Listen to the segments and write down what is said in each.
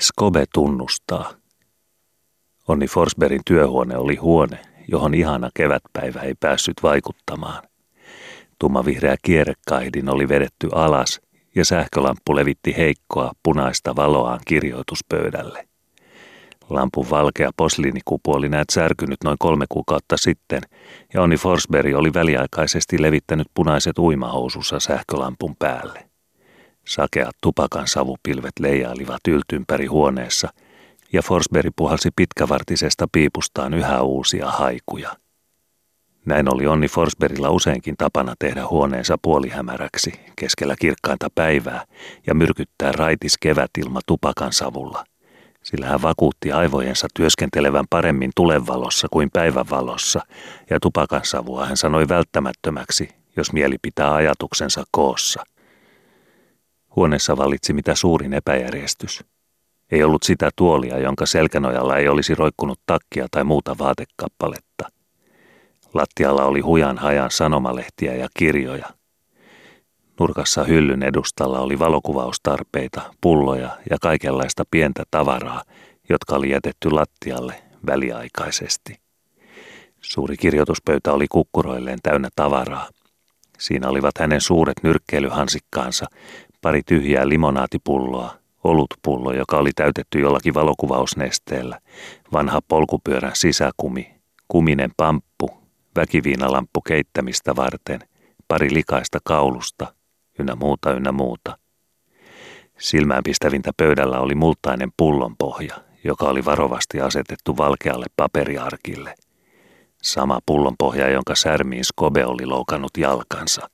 Scobe tunnustaa. Onni Forsbergin työhuone oli huone, johon ihana kevätpäivä ei päässyt vaikuttamaan. Tummavihreä kierrekaihdin oli vedetty alas ja sähkölamppu levitti heikkoa punaista valoaan kirjoituspöydälle. Lampun valkea posliinikupu oli näet särkynyt noin 3 kuukautta sitten, ja Onni Forsberg oli väliaikaisesti levittänyt punaiset uimahousunsa sähkölampun päälle. Sakeat tupakan savupilvet leijailivat yltympäri huoneessa, ja Forsberg puhalsi pitkävartisesta piipustaan yhä uusia haikuja. Näin oli Onni Forsbergilla useinkin tapana tehdä huoneensa puolihämäräksi keskellä kirkkainta päivää ja myrkyttää raitis kevätilma tupakan savulla, sillä hän vakuutti aivojensa työskentelevän paremmin tulenvalossa kuin päivänvalossa, ja tupakan savua hän sanoi välttämättömäksi, jos mieli pitää ajatuksensa koossa. Huoneessa vallitsi mitä suurin epäjärjestys. Ei ollut sitä tuolia, jonka selkänojalla ei olisi roikkunut takkia tai muuta vaatekappaletta. Lattialla oli hujan hajan sanomalehtiä ja kirjoja. Nurkassa hyllyn edustalla oli valokuvaustarpeita, pulloja ja kaikenlaista pientä tavaraa, jotka oli jätetty lattialle väliaikaisesti. Suuri kirjoituspöytä oli kukkuroilleen täynnä tavaraa. Siinä olivat hänen suuret nyrkkeilyhansikkaansa, pari tyhjää limonaatipulloa, olutpullo, joka oli täytetty jollakin valokuvausnesteellä, vanha polkupyörän sisäkumi, kuminen pamppu, väkiviinalamppu keittämistä varten, pari likaista kaulusta, ynnä muuta. Silmäänpistävintä pöydällä oli multainen pullonpohja, joka oli varovasti asetettu valkealle paperiarkille. Sama pullonpohja, jonka särmiin Scobe oli loukannut jalkansa.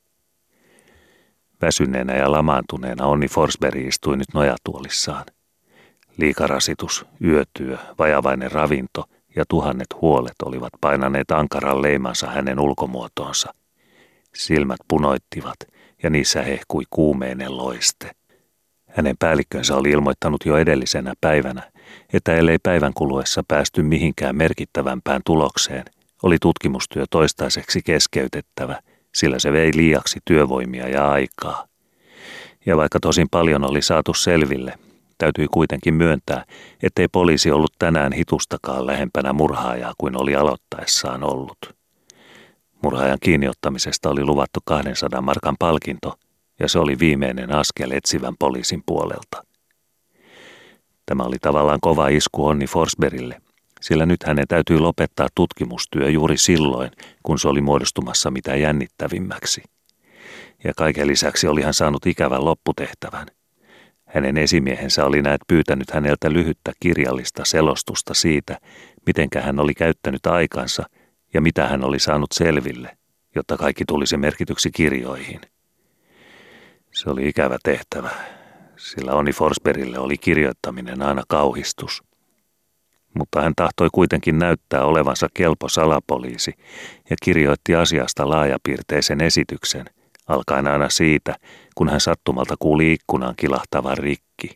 Väsyneenä ja lamaantuneena Onni Forsberg istui nyt nojatuolissaan. Liikarasitus, yötyö, vajavainen ravinto ja tuhannet huolet olivat painaneet ankaran leimansa hänen ulkomuotoonsa. Silmät punoittivat ja niissä hehkui kuumeinen loiste. Hänen päällikkönsä oli ilmoittanut jo edellisenä päivänä, että ellei päivän kuluessa päästy mihinkään merkittävämpään tulokseen, oli tutkimustyö toistaiseksi keskeytettävä, sillä se vei liiaksi työvoimia ja aikaa. Ja vaikka tosin paljon oli saatu selville, täytyi kuitenkin myöntää, ettei poliisi ollut tänään hitustakaan lähempänä murhaajaa kuin oli aloittaessaan ollut. Murhaajan kiinniottamisesta oli luvattu 200 markan palkinto, ja se oli viimeinen askel etsivän poliisin puolelta. Tämä oli tavallaan kova isku Onni Forsbergille, sillä nyt hänen täytyy lopettaa tutkimustyö juuri silloin, kun se oli muodostumassa mitä jännittävimmäksi. Ja kaiken lisäksi oli hän saanut ikävän lopputehtävän. Hänen esimiehensä oli näet pyytänyt häneltä lyhyttä kirjallista selostusta siitä, mitenkä hän oli käyttänyt aikansa ja mitä hän oli saanut selville, jotta kaikki tulisi merkityksi kirjoihin. Se oli ikävä tehtävä, sillä Onni Forsbergille oli kirjoittaminen aina kauhistus. Mutta hän tahtoi kuitenkin näyttää olevansa kelpo salapoliisi ja kirjoitti asiasta laajapiirteisen esityksen, alkaen aina siitä, kun hän sattumalta kuuli ikkunaan kilahtavan rikki.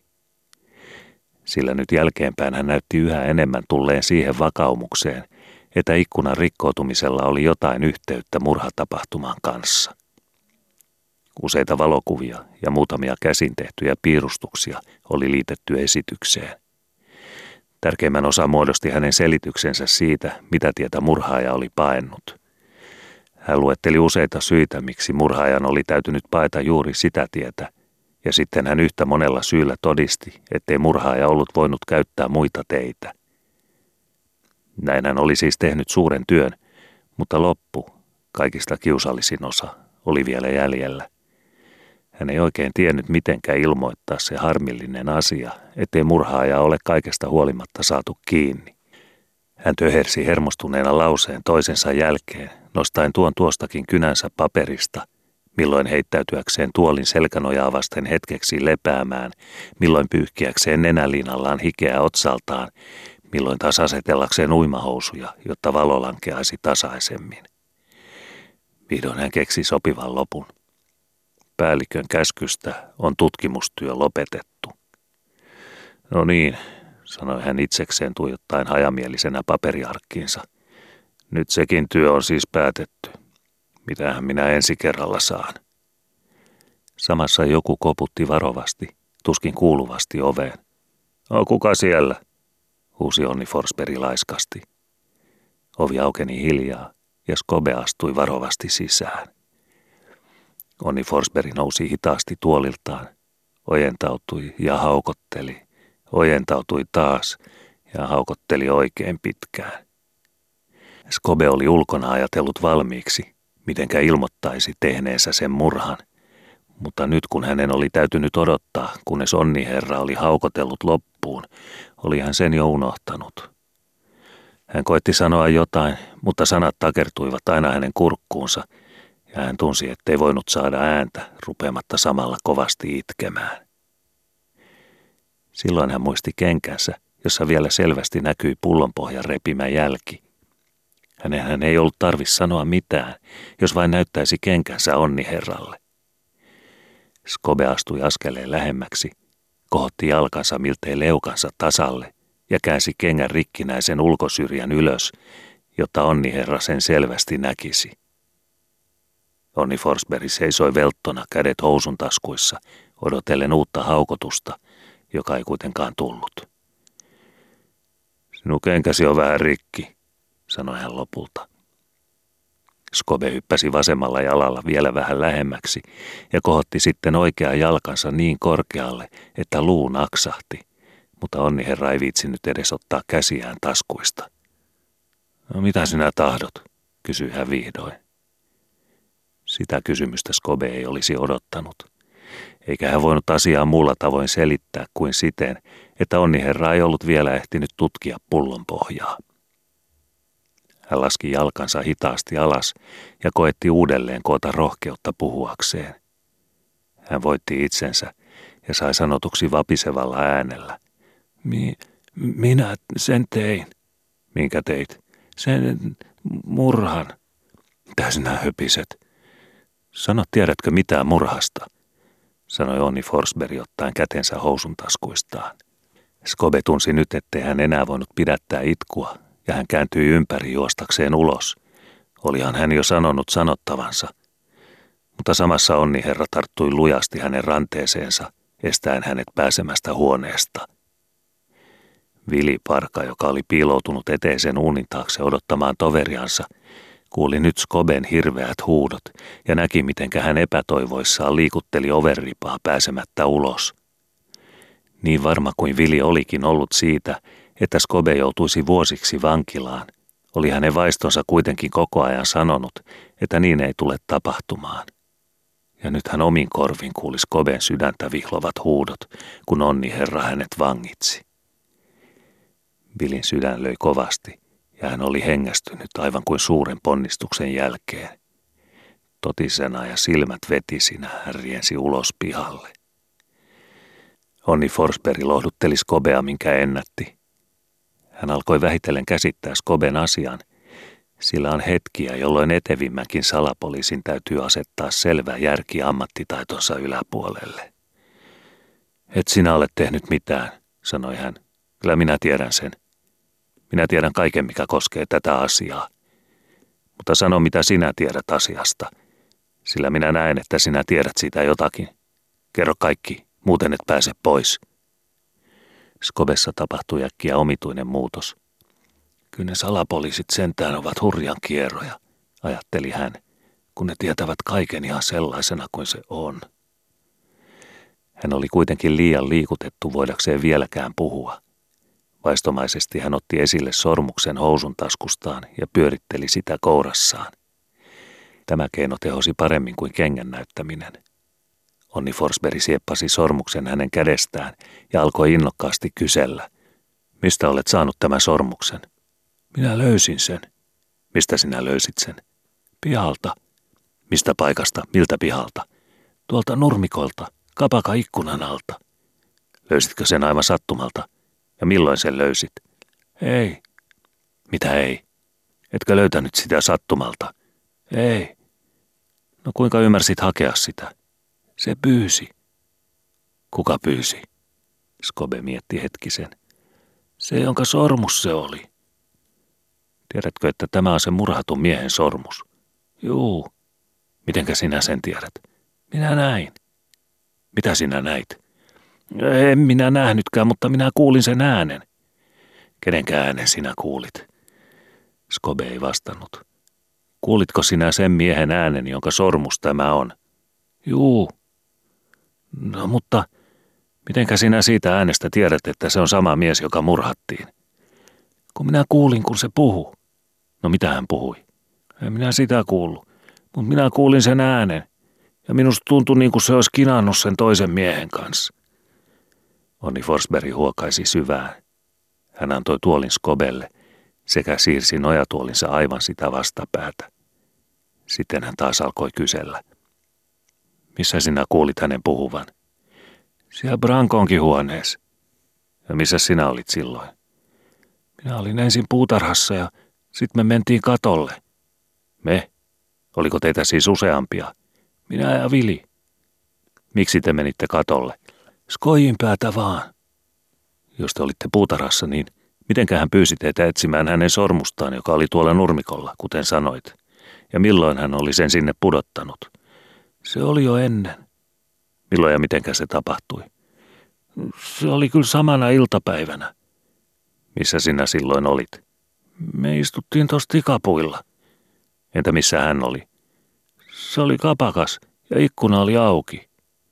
Sillä nyt jälkeenpäin hän näytti yhä enemmän tulleen siihen vakaumukseen, että ikkunan rikkoutumisella oli jotain yhteyttä murhatapahtuman kanssa. Useita valokuvia ja muutamia käsin tehtyjä piirustuksia oli liitetty esitykseen. Tärkeimmän osa muodosti hänen selityksensä siitä, mitä tietä murhaaja oli paennut. Hän luetteli useita syitä, miksi murhaajan oli täytynyt paeta juuri sitä tietä, ja sitten hän yhtä monella syyllä todisti, ettei murhaaja ollut voinut käyttää muita teitä. Näin hän oli siis tehnyt suuren työn, mutta loppu, kaikista kiusallisin osa, oli vielä jäljellä. Hän ei oikein tiennyt mitenkään ilmoittaa se harmillinen asia, ettei murhaaja ole kaikesta huolimatta saatu kiinni. Hän töhersi hermostuneena lauseen toisensa jälkeen, nostaen tuon tuostakin kynänsä paperista, milloin heittäytyäkseen tuolin selkänojaa vasten hetkeksi lepäämään, milloin pyyhkiäkseen nenäliinallaan hikeä otsaltaan, milloin taas asetellakseen uimahousuja, jotta valo lankeaisi tasaisemmin. Vihdoin hän keksi sopivan lopun. Päällikön käskystä on tutkimustyö lopetettu. No niin, sanoi hän itsekseen tuijottaen hajamielisenä paperiarkkiinsa. Nyt sekin työ on siis päätetty. Mitähän minä ensi kerralla saan? Samassa joku koputti varovasti, tuskin kuuluvasti oveen. No, kuka siellä? Huusi Onni Forsberg laiskasti. Ovi aukeni hiljaa ja Skobe astui varovasti sisään. Onni Forsberg nousi hitaasti tuoliltaan, ojentautui ja haukotteli, ojentautui taas ja haukotteli oikein pitkään. Skobe oli ulkona ajatellut valmiiksi, mitenkä ilmoittaisi tehneensä sen murhan, mutta nyt kun hänen oli täytynyt odottaa, kunnes Onniherra oli haukotellut loppuun, oli hän sen jo unohtanut. Hän koetti sanoa jotain, mutta sanat takertuivat aina hänen kurkkuunsa, ja hän tunsi, ettei voinut saada ääntä rupeamatta samalla kovasti itkemään. Silloin hän muisti kenkänsä, jossa vielä selvästi näkyi pullonpohjan repimä jälki. Hänenhän ei ollut tarvis sanoa mitään, jos vain näyttäisi kenkänsä Onniherralle. Skobe astui askeleen lähemmäksi, kohotti jalkansa miltei leukansa tasalle ja käänsi kengän rikkinäisen ulkosyrjän ylös, jotta Onniherra sen selvästi näkisi. Onni Forsberg seisoi velttona kädet housun taskuissa, odotellen uutta haukotusta, joka ei kuitenkaan tullut. Sinun kenkäsi on vähän rikki, sanoi hän lopulta. Skobe hyppäsi vasemmalla jalalla vielä vähän lähemmäksi ja kohotti sitten oikeaa jalkansa niin korkealle, että luu naksahti, mutta Onniherra ei viitsinyt edes ottaa käsiään taskuista. No mitä sinä tahdot, kysyi hän vihdoin. Sitä kysymystä Skobe ei olisi odottanut, eikä hän voinut asiaa muulla tavoin selittää kuin siten, että Onniherra ei ollut vielä ehtinyt tutkia pullon pohjaa. Hän laski jalkansa hitaasti alas ja koetti uudelleen koota rohkeutta puhuakseen. Hän voitti itsensä ja sai sanotuksi vapisevalla äänellä. Minä sen tein. Minkä teit? Sen murhan. Mitä sinä höpiset? Sano, tiedätkö mitään murhasta? Sanoi Onni Forsberg ottaen kätensä housun taskuistaan. Skobe tunsi nyt, ettei hän enää voinut pidättää itkua, ja hän kääntyi ympäri juostakseen ulos. Olihan hän jo sanonut sanottavansa. Mutta samassa Onniherra tarttui lujasti hänen ranteeseensa, estäen hänet pääsemästä huoneesta. Vili Parka, joka oli piiloutunut eteisen uunin taakse odottamaan toveriansa, kuuli nyt Skoben hirveät huudot ja näki, mitenkä hän epätoivoissaan liikutteli ovenripaa pääsemättä ulos. Niin varma kuin Vili olikin ollut siitä, että Skobe joutuisi vuosiksi vankilaan, oli hänen vaistonsa kuitenkin koko ajan sanonut, että niin ei tule tapahtumaan. Ja nyt hän omin korvin kuuli Skoben sydäntä vihlovat huudot, kun Onniherra hänet vangitsi. Vilin sydän löi kovasti, ja hän oli hengästynyt aivan kuin suuren ponnistuksen jälkeen. Totisena ja silmät vetisinä hän riensi ulos pihalle. Onni Forsberg lohdutteli Skobea, minkä ennätti. Hän alkoi vähitellen käsittää Skoben asian, sillä on hetkiä, jolloin etevimmänkin salapoliisin täytyy asettaa selvä järki ammattitaitonsa yläpuolelle. Et sinä ole tehnyt mitään, sanoi hän. Kyllä minä tiedän sen. Minä tiedän kaiken, mikä koskee tätä asiaa. Mutta sano, mitä sinä tiedät asiasta, sillä minä näen, että sinä tiedät siitä jotakin. Kerro kaikki, muuten et pääse pois. Skobessa tapahtui äkkiä omituinen muutos. Kyllä ne salapoliisit sentään ovat hurjan kierroja, ajatteli hän, kun ne tietävät kaiken ihan sellaisena kuin se on. Hän oli kuitenkin liian liikutettu voidakseen vieläkään puhua. Vaistomaisesti hän otti esille sormuksen housun taskustaan ja pyöritteli sitä kourassaan. Tämä keino tehosi paremmin kuin kengän näyttäminen. Onni Forsberg sieppasi sormuksen hänen kädestään ja alkoi innokkaasti kysellä. Mistä olet saanut tämän sormuksen? Minä löysin sen. Mistä sinä löysit sen? Pihalta. Mistä paikasta? Miltä pihalta? Tuolta nurmikolta, kapaka ikkunan alta. Löysitkö sen aivan sattumalta? Ja milloin sen löysit? Ei. Mitä ei? Etkö löytänyt sitä sattumalta? Ei. No kuinka ymmärsit hakea sitä? Se pyysi. Kuka pyysi? Skobe mietti hetkisen. Se, jonka sormus se oli. Tiedätkö, että tämä on se murhatun miehen sormus? Juu. Mitenkä sinä sen tiedät? Minä näin. Mitä sinä näit? En minä nähnytkään, mutta minä kuulin sen äänen. Kenenkä äänen sinä kuulit? Skobe ei vastannut. Kuulitko sinä sen miehen äänen, jonka sormus tämä on? Juu. No mutta, mitenkä sinä siitä äänestä tiedät, että se on sama mies, joka murhattiin? Kun minä kuulin, kun se puhui. No mitä hän puhui? En minä sitä kuullut, mutta minä kuulin sen äänen. Ja minusta tuntui niin kuin se olisi kinannut sen toisen miehen kanssa. Onni Forsberg huokaisi syvään. Hän antoi tuolin Skobelle sekä siirsi nojatuolinsa aivan sitä vastapäätä. Sitten hän taas alkoi kysellä. Missä sinä kuulit hänen puhuvan? Siellä Brankonkin huoneessa. Ja missä sinä olit silloin? Minä olin ensin puutarhassa ja sitten me mentiin katolle. Me? Oliko teitä siis useampia? Minä ja Vili. Miksi te menitte katolle? Skojin päätä vaan. Jos te olitte puutarhassa, niin mitenkä hän pyysi teitä etsimään hänen sormustaan, joka oli tuolla nurmikolla, kuten sanoit? Ja milloin hän oli sen sinne pudottanut? Se oli jo ennen. Milloin ja mitenkä se tapahtui? Se oli kyllä samana iltapäivänä. Missä sinä silloin olit? Me istuttiin tuossa tikapuilla. Entä missä hän oli? Se oli kapakas ja ikkuna oli auki.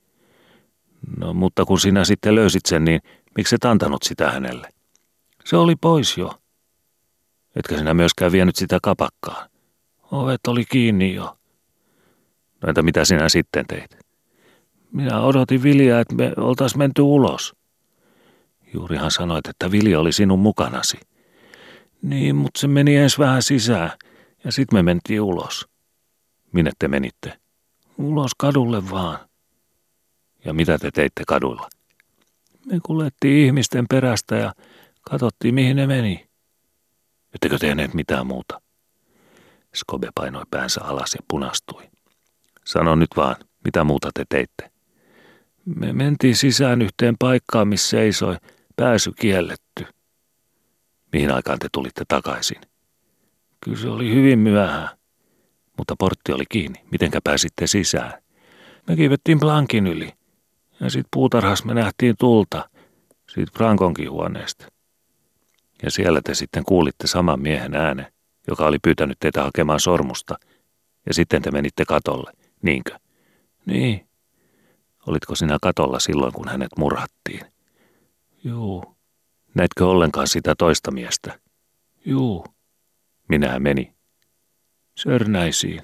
No mutta kun sinä sitten löysit sen, niin miksi et antanut sitä hänelle? Se oli pois jo. Etkä sinä myöskään vienyt sitä kapakkaan. Ovet oli kiinni jo. No entä mitä sinä sitten teit? Minä odotin Viliä, että me oltaisiin menty ulos. Juurihan sanoit, että Vili oli sinun mukanasi. Niin, mutta se meni ensin vähän sisään ja sitten me mentiin ulos. Minne te menitte? Ulos kadulle vaan. Ja mitä te teitte kaduilla? Me kuljettiin ihmisten perästä ja katsottiin mihin ne meni. Ettekö tehneet mitään muuta? Skobe painoi päänsä alas ja punastui. Sano nyt vaan, mitä muuta te teitte? Me mentiin sisään yhteen paikkaan, missä seisoi pääsy kielletty. Mihin aikaan te tulitte takaisin? Kyllä se oli hyvin myöhään, mutta portti oli kiinni. Mitenkä pääsitte sisään? Me kiivettiin plankin yli ja sitten puutarhassa me nähtiin tulta siitä Frankonkin huoneesta. Ja siellä te sitten kuulitte saman miehen äänen, joka oli pyytänyt teitä hakemaan sormusta, ja sitten te menitte katolle, niinkö? Niin. Olitko sinä katolla silloin, kun hänet murhattiin? Juu. Näitkö ollenkaan sitä toista miestä? Juu. Minä hän meni? Sörnäisiin.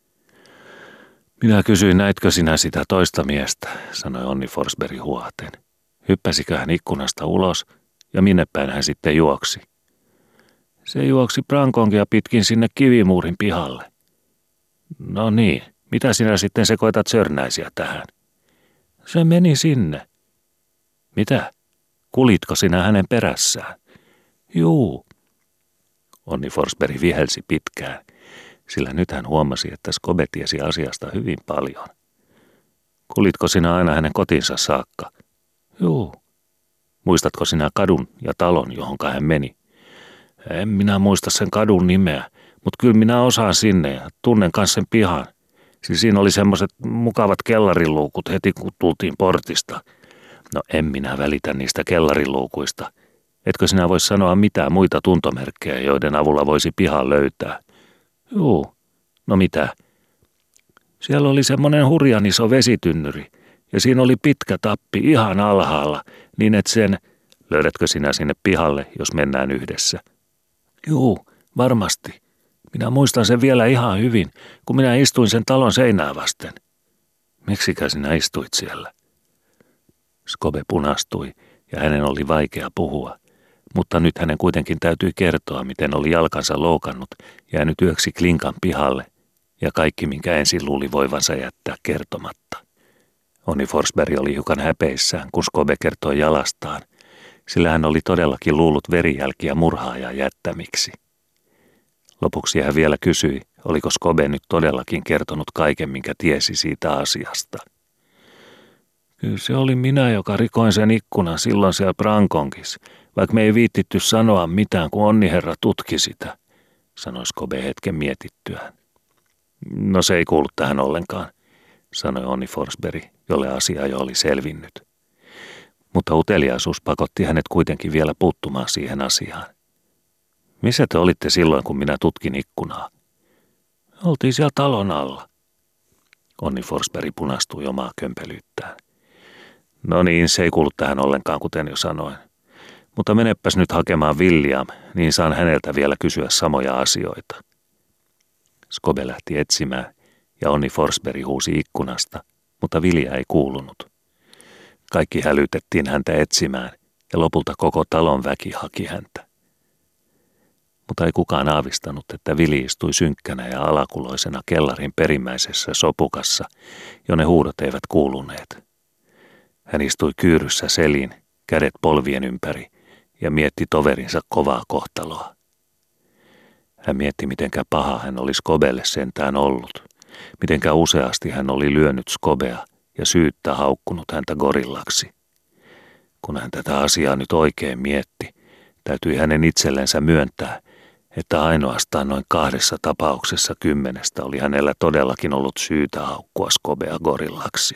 Minä kysyin, näitkö sinä sitä toista miestä, sanoi Onni Forsberg huohaten. Hyppäsikö hän ikkunasta ulos ja minne päin hän sitten juoksi? Se juoksi Brankonkia pitkin sinne kivimuurin pihalle. No niin, mitä sinä sitten sekoitat Sörnäisiä tähän? Se meni sinne. Mitä? Kulitko sinä hänen perässään? Juu. Onni Forsberg vihelsi pitkään, sillä nyt hän huomasi, että Skobe tiesi asiasta hyvin paljon. Kulitko sinä aina hänen kotinsa saakka? Juu. Muistatko sinä kadun ja talon, johonka hän meni? En minä muista sen kadun nimeä, mutta kyllä minä osaan sinne ja tunnen kanssa sen pihan. Siis siinä oli semmoiset mukavat kellariluukut heti kun tultiin portista. No en minä välitä niistä kellariluukuista. Etkö sinä voi sanoa mitään muita tuntomerkkejä, joiden avulla voisi pihan löytää? Juu. No mitä? Siellä oli semmoinen hurjan iso vesitynnyri ja siinä oli pitkä tappi ihan alhaalla, niin että sen... Löydätkö sinä sinne pihalle, jos mennään yhdessä? Juu, varmasti. Minä muistan sen vielä ihan hyvin, kun minä istuin sen talon seinää vasten. Miksikä sinä istuit siellä? Skobe punastui ja hänen oli vaikea puhua, mutta nyt hänen kuitenkin täytyi kertoa, miten oli jalkansa loukannut, jäänyt yöksi Klinkan pihalle ja kaikki, minkä ensin luuli voivansa jättää kertomatta. Onni Forsberg oli hiukan häpeissään, kun Skobe kertoi jalastaan, sillä hän oli todellakin luullut verijälkiä murhaajan jättämiksi. Lopuksi hän vielä kysyi, oliko Skobe nyt todellakin kertonut kaiken, minkä tiesi siitä asiasta. Kyllä se oli minä, joka rikoin sen ikkunan silloin siellä Brankonkissa, vaikka me ei viittitty sanoa mitään, kun Onniherra tutki sitä, sanoi Skobe hetken mietittyään. No se ei kuulu tähän ollenkaan, sanoi Onni Forsberg, jolle asia jo oli selvinnyt. Mutta uteliaisuus pakotti hänet kuitenkin vielä puuttumaan siihen asiaan. Missä te olitte silloin, kun minä tutkin ikkunaa? Oltiin siellä talon alla. Onni Forsberg punastui omaa kömpelyyttään. No niin, se ei kuulu tähän ollenkaan, kuten jo sanoin. Mutta menepäs nyt hakemaan William, niin saan häneltä vielä kysyä samoja asioita. Skobe lähti etsimään ja Onni Forsberg huusi ikkunasta, mutta Vilja ei kuulunut. Kaikki hälytettiin häntä etsimään ja lopulta koko talon väki haki häntä. Mutta ei kukaan aavistanut, että Vili istui synkkänä ja alakuloisena kellarin perimmäisessä sopukassa, jonne huudot eivät kuuluneet. Hän istui kyyryssä selin, kädet polvien ympäri, ja mietti toverinsa kovaa kohtaloa. Hän mietti, mitenkä paha hän oli Skobelle sentään ollut, mitenkä useasti hän oli lyönyt Skobea ja syyttä haukkunut häntä gorillaksi. Kun hän tätä asiaa nyt oikein mietti, täytyi hänen itsellensä myöntää, että ainoastaan noin 2 tapauksessa 10 oli hänellä todellakin ollut syytä haukkua Skobea gorillaksi.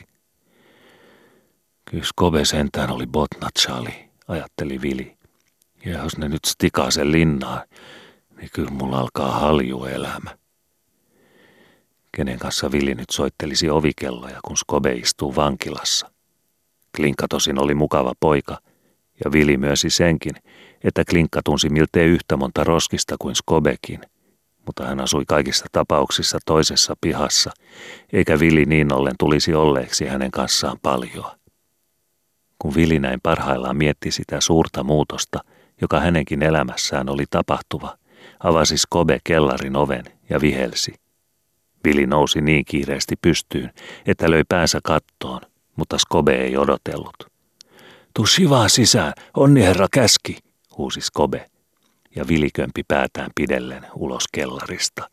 Kyllä Skobe sentään oli botnatsali, ajatteli Vili. Ja jos ne nyt stikaa sen linnaan, niin kyllä mulla alkaa haljuelämä. Kenen kanssa Vili nyt soittelisi ovikelloja, kun Skobe istuu vankilassa. Klinkka tosin oli mukava poika, ja Vili myönsi senkin, että Klinkka tunsi miltei yhtä monta roskista kuin Skobekin, mutta hän asui kaikissa tapauksissa toisessa pihassa, eikä Vili niin ollen tulisi olleeksi hänen kanssaan paljoa. Kun Vili näin parhaillaan mietti sitä suurta muutosta, joka hänenkin elämässään oli tapahtuva, avasi Skobe kellarin oven ja vihelsi. Vili nousi niin kiireesti pystyyn, että löi päänsä kattoon, mutta Skobe ei odotellut. "Tuu Shivaan sisään, Onni herra käski", huusi Skobe, ja Vili kömpi päätään pidellen ulos kellarista.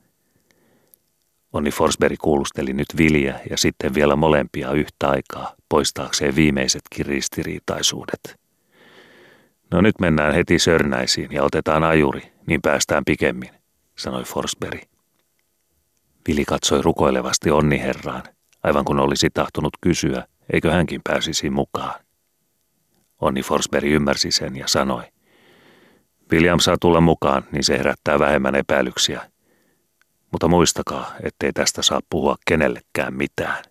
Onni Forsberg kuulusteli nyt Viliä ja sitten vielä molempia yhtä aikaa, poistaakseen viimeisetkin ristiriitaisuudet. "No nyt mennään heti Sörnäisiin ja otetaan ajuri, niin päästään pikemmin", sanoi Forsberg. Vili katsoi rukoilevasti Onni herraan, aivan kun olisi tahtonut kysyä, eikö hänkin pääsisi mukaan. Onni Forsberg ymmärsi sen ja sanoi, "William saa tulla mukaan, niin se herättää vähemmän epäilyksiä. Mutta muistakaa, ettei tästä saa puhua kenellekään mitään."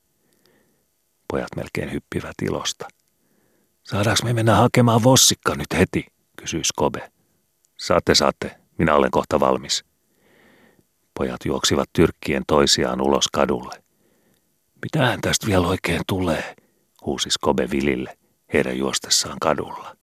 Pojat melkein hyppivät ilosta. "Saadaanko me mennä hakemaan Vossikka nyt heti?" kysyi Skobe. Saatte, minä olen kohta valmis." Pojat juoksivat tyrkkien toisiaan ulos kadulle. "Mitähän tästä vielä oikein tulee?" huusi Skobe Vilille heidän juostessaan kadulla.